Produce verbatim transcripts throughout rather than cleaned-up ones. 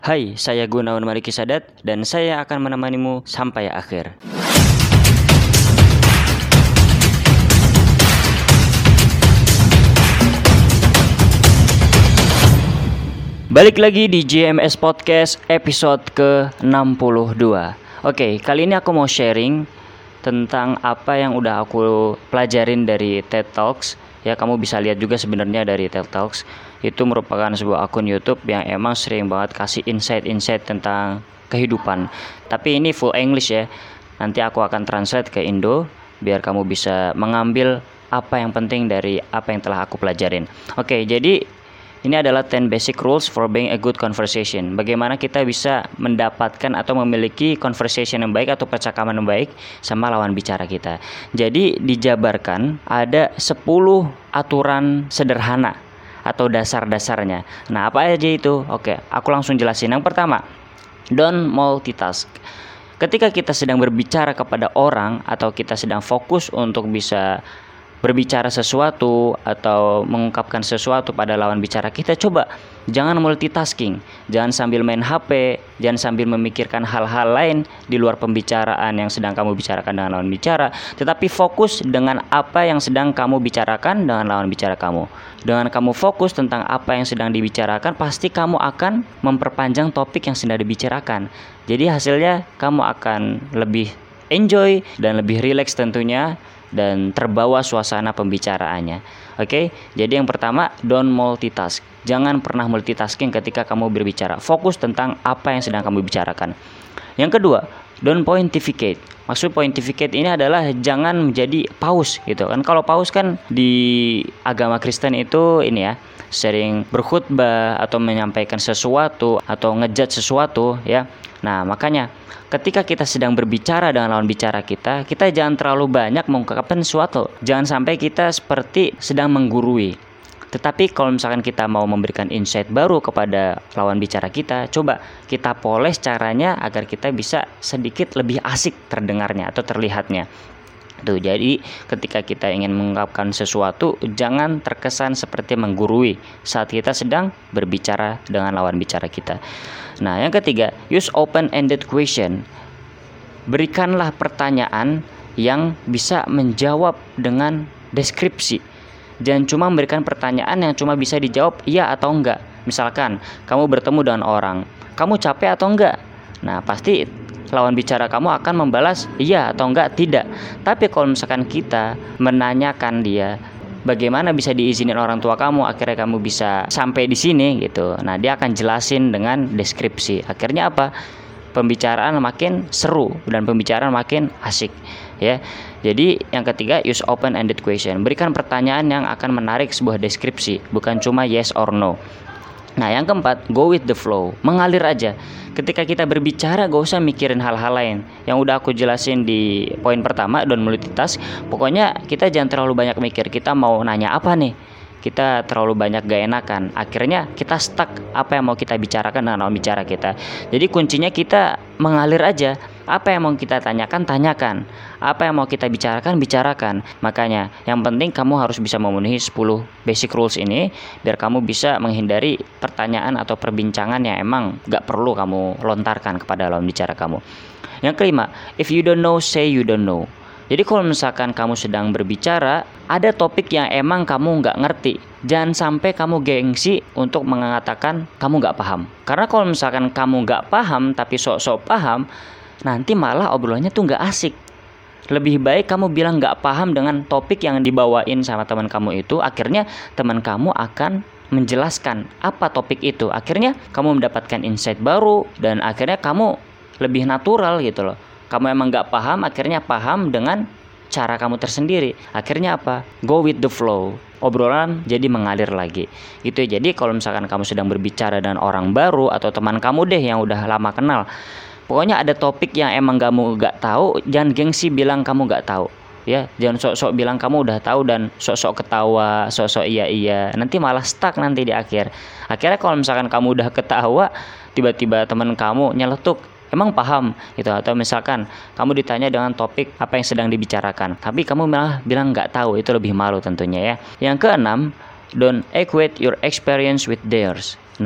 Hai, saya Gunawan Mariki Sadat dan saya akan menemanimu sampai akhir. Balik lagi di J M S Podcast episode ke enam puluh dua. Oke, kali ini aku mau sharing tentang apa yang udah aku pelajarin dari TED Talks. Ya, kamu bisa lihat juga sebenarnya dari TED Talks. Itu merupakan sebuah akun YouTube yang emang sering banget kasih insight-insight tentang kehidupan. Tapi ini full English ya. Nanti aku akan translate ke Indo biar kamu bisa mengambil apa yang penting dari apa yang telah aku pelajarin. Oke, jadi ini adalah ten basic rules for being a good conversation. Bagaimana kita bisa mendapatkan atau memiliki conversation yang baik atau percakapan yang baik sama lawan bicara kita. Jadi dijabarkan ada sepuluh aturan sederhana atau dasar-dasarnya. Nah, apa aja itu? Oke, aku langsung jelasin. Yang pertama, don't multitask. Ketika kita sedang berbicara kepada orang atau kita sedang fokus untuk bisa berbicara sesuatu atau mengungkapkan sesuatu pada lawan bicara kita, coba jangan multitasking, jangan sambil main H P, jangan sambil memikirkan hal-hal lain di luar pembicaraan yang sedang kamu bicarakan dengan lawan bicara, tetapi fokus dengan apa yang sedang kamu bicarakan dengan lawan bicara kamu. Dengan kamu fokus tentang apa yang sedang dibicarakan, pasti kamu akan memperpanjang topik yang sedang dibicarakan. Jadi hasilnya kamu akan lebih enjoy dan lebih rileks tentunya, dan terbawa suasana pembicaraannya. Oke, jadi yang pertama, don't multitask. Jangan pernah multitasking ketika kamu berbicara. Fokus tentang apa yang sedang kamu bicarakan. Yang kedua, don't pontificate. Maksud pontificate ini adalah jangan menjadi paus gitu kan. Kalau paus kan di agama Kristen itu ini ya, sering berkhutbah atau menyampaikan sesuatu atau ngejudge sesuatu ya. Nah, makanya ketika kita sedang berbicara dengan lawan bicara kita, kita jangan terlalu banyak mengungkapkan sesuatu. Jangan sampai kita seperti sedang menggurui. Tetapi kalau misalkan kita mau memberikan insight baru kepada lawan bicara kita, coba kita poles caranya agar kita bisa sedikit lebih asik terdengarnya atau terlihatnya. Tuh, jadi ketika kita ingin mengungkapkan sesuatu, jangan terkesan seperti menggurui saat kita sedang berbicara dengan lawan bicara kita. Nah, yang ketiga, use open-ended question. Berikanlah pertanyaan yang bisa menjawab dengan deskripsi. Jangan cuma memberikan pertanyaan yang cuma bisa dijawab iya atau enggak. Misalkan, kamu bertemu dengan orang, kamu capek atau enggak? Nah, pasti lawan bicara kamu akan membalas iya atau enggak, tidak. Tapi kalau misalkan kita menanyakan dia, bagaimana bisa diizinin orang tua kamu akhirnya kamu bisa sampai di sini gitu. Nah, dia akan jelasin dengan deskripsi. Akhirnya apa? Pembicaraan makin seru dan pembicaraan makin asik ya. Jadi yang ketiga, use open-ended question. Berikan pertanyaan yang akan menarik sebuah deskripsi, bukan cuma yes or no. Nah, yang keempat, go with the flow. Mengalir aja. Ketika kita berbicara, gak usah mikirin hal-hal lain. Yang udah aku jelasin di poin pertama, don't multitask. Pokoknya kita jangan terlalu banyak mikir. Kita mau nanya apa nih? Kita terlalu banyak gak enakan. Akhirnya kita stuck apa yang mau kita bicarakan dengan lawan bicara kita. Jadi kuncinya kita mengalir aja. Apa yang mau kita tanyakan, tanyakan. Apa yang mau kita bicarakan, bicarakan. Makanya yang penting kamu harus bisa memenuhi sepuluh basic rules ini, biar kamu bisa menghindari pertanyaan atau perbincangan yang emang gak perlu kamu lontarkan kepada lawan bicara kamu. Yang kelima, if you don't know, say you don't know. Jadi kalau misalkan kamu sedang berbicara, ada topik yang emang kamu nggak ngerti, jangan sampai kamu gengsi untuk mengatakan kamu nggak paham. Karena kalau misalkan kamu nggak paham tapi sok-sok paham, nanti malah obrolannya tuh nggak asik. Lebih baik kamu bilang nggak paham dengan topik yang dibawain sama teman kamu itu. Akhirnya teman kamu akan menjelaskan apa topik itu. Akhirnya kamu mendapatkan insight baru dan akhirnya kamu lebih natural gitu loh. Kamu emang gak paham, akhirnya paham dengan cara kamu tersendiri. Akhirnya apa? Go with the flow. Obrolan jadi mengalir lagi. Gitu ya. Jadi kalau misalkan kamu sedang berbicara dengan orang baru atau teman kamu deh yang udah lama kenal, pokoknya ada topik yang emang kamu gak tahu, jangan gengsi bilang kamu gak tahu. Ya, jangan sok-sok bilang kamu udah tahu dan sok-sok ketawa, sok-sok iya-iya. Nanti malah stuck nanti di akhir. Akhirnya kalau misalkan kamu udah ketawa, tiba-tiba teman kamu nyeletuk, emang paham gitu, atau misalkan kamu ditanya dengan topik apa yang sedang dibicarakan tapi kamu malah bilang nggak tahu, itu lebih malu tentunya ya. Yang keenam, don't equate your experience with theirs. Nah,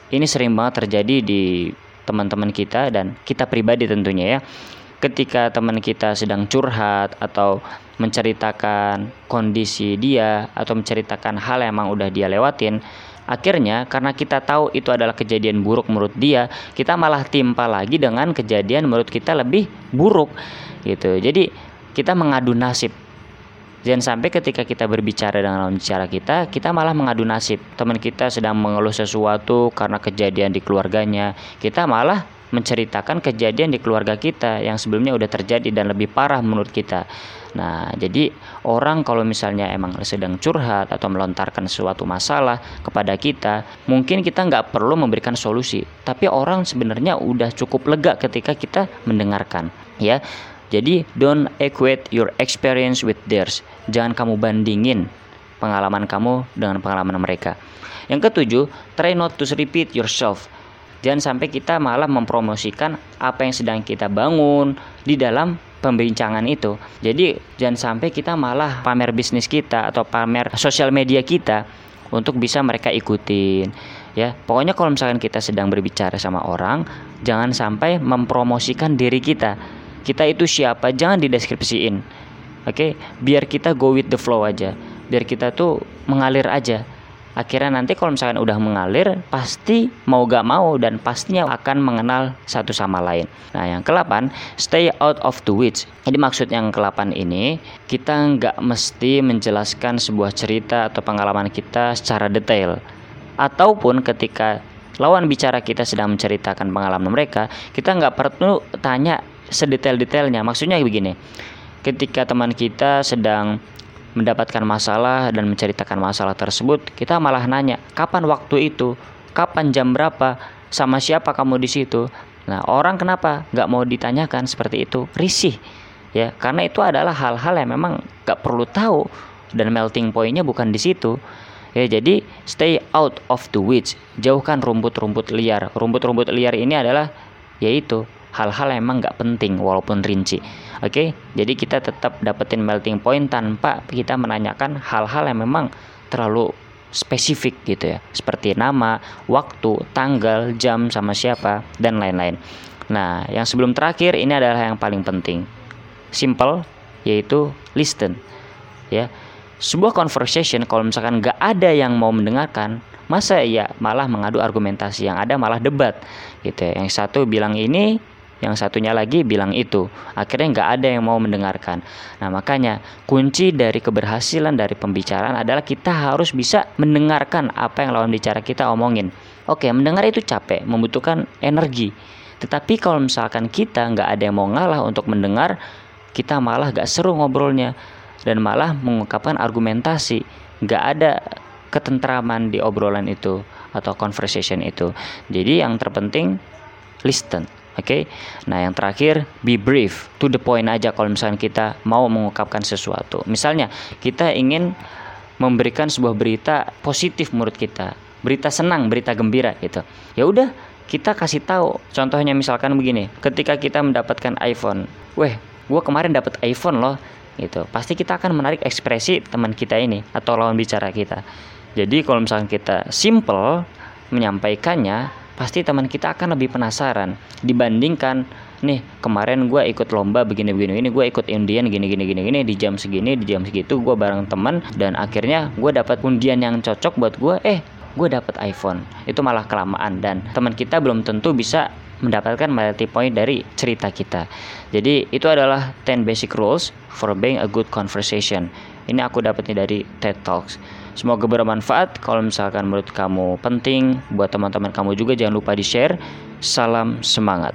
ini sering banget terjadi di teman-teman kita dan kita pribadi tentunya ya. Ketika teman kita sedang curhat atau menceritakan kondisi dia atau menceritakan hal yang emang udah dia lewatin, akhirnya karena kita tahu itu adalah kejadian buruk menurut dia, kita malah timpa lagi dengan kejadian menurut kita lebih buruk gitu. Jadi kita mengadu nasib. Jangan sampai ketika kita berbicara dengan lawan bicara kita, kita malah mengadu nasib. Teman kita sedang mengeluh sesuatu karena kejadian di keluarganya, kita malah menceritakan kejadian di keluarga kita yang sebelumnya udah terjadi dan lebih parah menurut kita. Nah, jadi orang kalau misalnya emang sedang curhat atau melontarkan suatu masalah kepada kita, mungkin kita nggak perlu memberikan solusi, tapi orang sebenarnya udah cukup lega ketika kita mendengarkan, ya. Jadi don't equate your experience with theirs. Jangan kamu bandingin pengalaman kamu dengan pengalaman mereka. Yang ketujuh, try not to repeat yourself. Jangan sampai kita malah mempromosikan apa yang sedang kita bangun di dalam pembincangan itu. Jadi jangan sampai kita malah pamer bisnis kita atau pamer sosial media kita untuk bisa mereka ikutin. Ya, pokoknya kalau misalkan kita sedang berbicara sama orang, jangan sampai mempromosikan diri kita. Kita itu siapa, jangan dideskripsiin. Oke, biar kita go with the flow aja. Biar kita tuh mengalir aja. Akhirnya nanti kalau misalkan udah mengalir, pasti mau gak mau dan pastinya akan mengenal satu sama lain. Nah, yang kedelapan, stay out of the weeds. Jadi maksud yang kedelapan ini, kita nggak mesti menjelaskan sebuah cerita atau pengalaman kita secara detail. Ataupun ketika lawan bicara kita sedang menceritakan pengalaman mereka, kita nggak perlu tanya sedetail-detailnya. Maksudnya begini, ketika teman kita sedang mendapatkan masalah dan menceritakan masalah tersebut, kita malah nanya, kapan waktu itu, kapan jam berapa, sama siapa kamu di situ. Nah, orang kenapa nggak mau ditanyakan seperti itu? Risih, ya, karena itu adalah hal-hal yang memang nggak perlu tahu dan melting point-nya bukan di situ. Ya, jadi stay out of the weeds, jauhkan rumput-rumput liar. Rumput-rumput liar ini adalah yaitu hal-hal yang emang nggak penting walaupun rinci. Oke, jadi kita tetap dapetin melting point tanpa kita menanyakan hal-hal yang memang terlalu spesifik gitu ya, seperti nama, waktu, tanggal, jam, sama siapa, dan lain-lain. Nah, yang sebelum terakhir ini adalah yang paling penting, simple, yaitu listen. Ya, sebuah conversation kalau misalkan nggak ada yang mau mendengarkan, masa ya malah mengadu argumentasi, yang ada malah debat gitu ya. Yang satu bilang ini, yang satunya lagi bilang itu, akhirnya nggak ada yang mau mendengarkan. Nah, makanya kunci dari keberhasilan dari pembicaraan adalah kita harus bisa mendengarkan apa yang lawan bicara kita omongin. Oke, mendengar itu capek, membutuhkan energi. Tetapi kalau misalkan kita nggak ada yang mau ngalah untuk mendengar, kita malah nggak seru ngobrolnya dan malah mengungkapkan argumentasi. Nggak ada ketentraman di obrolan itu atau conversation itu. Jadi yang terpenting listen. Oke, okay? Nah yang terakhir, be brief, to the point aja kalau misalnya kita mau mengungkapkan sesuatu. Misalnya kita ingin memberikan sebuah berita positif menurut kita, berita senang, berita gembira gitu. Ya udah, kita kasih tahu. Contohnya misalkan begini, ketika kita mendapatkan iPhone, weh, gue kemarin dapat iPhone loh, gitu. Pasti kita akan menarik ekspresi teman kita ini atau lawan bicara kita. Jadi kalau misalkan kita simple menyampaikannya, pasti teman kita akan lebih penasaran dibandingkan nih kemarin gue ikut lomba begini-begini ini, gue ikut undian gini-gini gini-gini di jam segini, di jam segitu gue bareng teman dan akhirnya gue dapat undian yang cocok buat gue, eh gue dapat iPhone. Itu malah kelamaan dan teman kita belum tentu bisa mendapatkan multi point dari cerita kita. Jadi itu adalah ten basic rules for being a good conversation. Ini aku dapatnya dari TED Talks. Semoga bermanfaat. Kalau misalkan menurut kamu penting buat teman-teman kamu juga, jangan lupa di-share. Salam semangat.